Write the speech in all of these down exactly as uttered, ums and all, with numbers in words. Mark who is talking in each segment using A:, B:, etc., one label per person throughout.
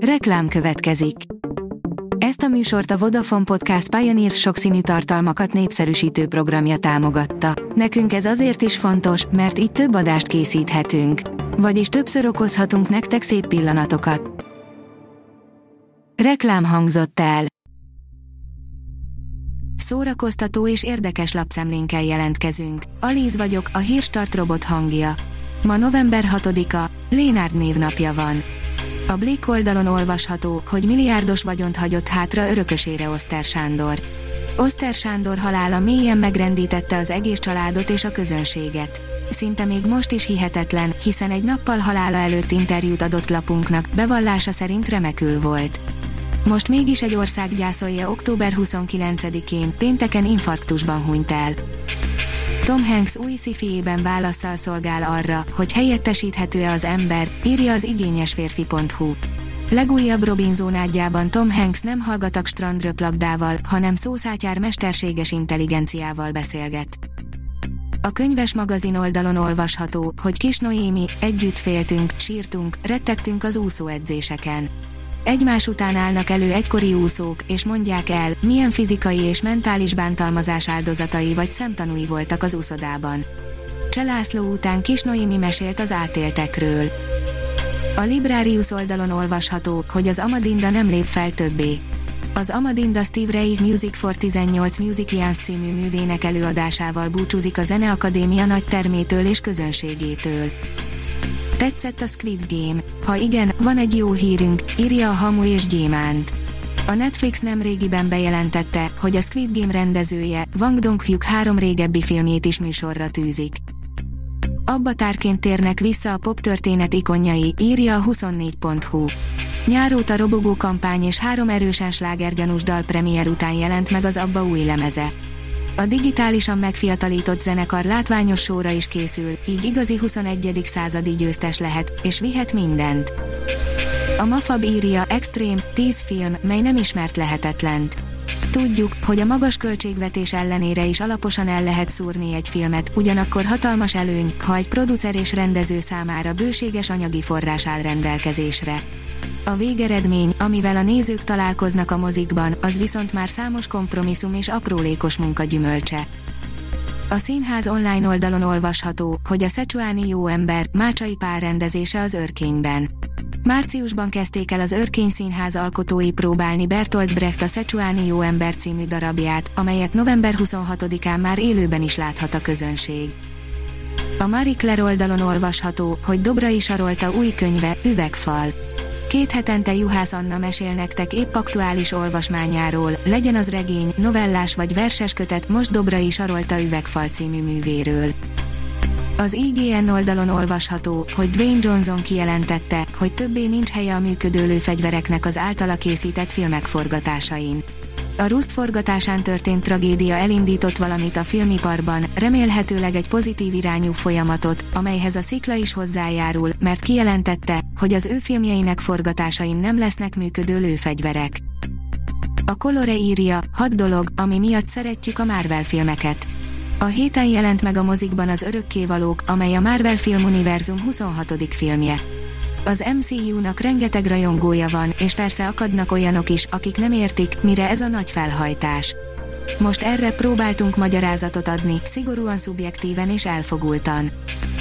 A: Reklám következik. Ezt a műsort a Vodafone Podcast Pioneer sokszínű tartalmakat népszerűsítő programja támogatta. Nekünk ez azért is fontos, mert így több adást készíthetünk. Vagyis többször okozhatunk nektek szép pillanatokat. Reklám hangzott el. Szórakoztató és érdekes lapszemlénkkel jelentkezünk. Alíz vagyok, a Hírstart robot hangja. Ma november hatodika, Lénárd névnapja van. A Blick oldalon olvasható, hogy milliárdos vagyont hagyott hátra örökösére Oszter Sándor. Oszter Sándor halála mélyen megrendítette az egész családot és a közönséget. Szinte még most is hihetetlen, hiszen egy nappal halála előtt interjút adott lapunknak, bevallása szerint remekül volt. Most mégis egy ország gyászolja október huszonkilencedikén, pénteken infarktusban hunyt el. Tom Hanks új sci-fiében válasszal szolgál arra, hogy helyettesíthető-e az ember, írja az igényesférfi pont hu. Legújabb Robinson-ágyában Tom Hanks nem hallgatak strandröplabdával, hanem szószátyár mesterséges intelligenciával beszélget. A Könyves magazin oldalon olvasható, hogy Kis Noémi, együtt féltünk, sírtunk, rettegtünk az úszóedzéseken. Egymás után állnak elő egykori úszók, és mondják el, milyen fizikai és mentális bántalmazás áldozatai vagy szemtanúi voltak az úszodában. Cseh László után Kis Noémi mesélt az átéltekről. A Librarius oldalon olvasható, hogy az Amadinda nem lép fel többé. Az Amadinda Steve Reich Music for tizennyolc Musicians című művének előadásával búcsúzik a Zeneakadémia nagy termétől és közönségétől. Tetszett a Squid Game? Ha igen, van egy jó hírünk, írja a Hamu és Gyémánt. A Netflix nemrégiben bejelentette, hogy a Squid Game rendezője, Wang Dong-hyuk három régebbi filmjét is műsorra tűzik. Abbatárként térnek vissza a poptörténet ikonjai, írja a huszonnégy pont hu. Nyáróta robogó kampány és három erősen slágergyanús dal premier után jelent meg az Abba új lemeze. A digitálisan megfiatalított zenekar látványos showra is készül, így igazi huszonegyedik századi győztes lehet, és vihet mindent. A Mafab írja, extrém, tíz film, mely nem ismert lehetetlent. Tudjuk, hogy a magas költségvetés ellenére is alaposan el lehet szúrni egy filmet, ugyanakkor hatalmas előny, ha egy producer és rendező számára bőséges anyagi forrás áll rendelkezésre. A végeredmény, amivel a nézők találkoznak a mozikban, az viszont már számos kompromisszum és aprólékos munka gyümölcse. A színház online oldalon olvasható, hogy a Szecsuáni jó ember, Mácsai Pál rendezése az Örkényben. Márciusban kezdték el az Örkény Színház alkotói próbálni Bertolt Brecht a Szecsuáni jó ember című darabját, amelyet november huszonhatodikán már élőben is láthat a közönség. A Marie Claire oldalon olvasható, hogy Dobrai Sarolta új könyve, Üvegfal. Két hetente Juhász Anna mesél nektek épp aktuális olvasmányáról, legyen az regény, novellás vagy verses kötet, most Dobrai Sarolta Üvegfal című művéről. Az i gé en oldalon olvasható, hogy Dwayne Johnson kijelentette, hogy többé nincs helye a működő lőfegyvereknek az általa készített filmek forgatásain. A Rust forgatásán történt tragédia elindított valamit a filmiparban, remélhetőleg egy pozitív irányú folyamatot, amelyhez a szikla is hozzájárul, mert kijelentette, hogy az ő filmjeinek forgatásain nem lesznek működő lőfegyverek. A Colore írja, hat dolog, ami miatt szeretjük a Marvel filmeket. A héten jelent meg a mozikban az Örökkévalók, amely a Marvel filmuniverzum huszonhatodik filmje. Az em cé u-nak rengeteg rajongója van, és persze akadnak olyanok is, akik nem értik, mire ez a nagy felhajtás. Most erre próbáltunk magyarázatot adni, szigorúan szubjektíven és elfogultan.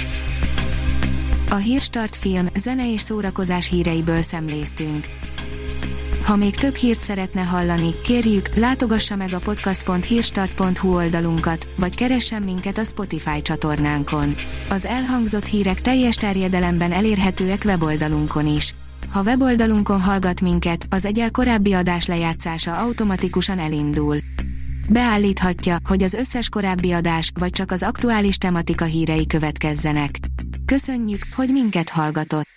A: A Hírstart film, zene és szórakozás híreiből szemléztünk. Ha még több hírt szeretne hallani, kérjük, látogassa meg a podcast pont hírstart pont hu oldalunkat, vagy keressen minket a Spotify csatornánkon. Az elhangzott hírek teljes terjedelemben elérhetőek weboldalunkon is. Ha weboldalunkon hallgat minket, az egyel korábbi adás lejátszása automatikusan elindul. Beállíthatja, hogy az összes korábbi adás, vagy csak az aktuális tematika hírei következzenek. Köszönjük, hogy minket hallgatott!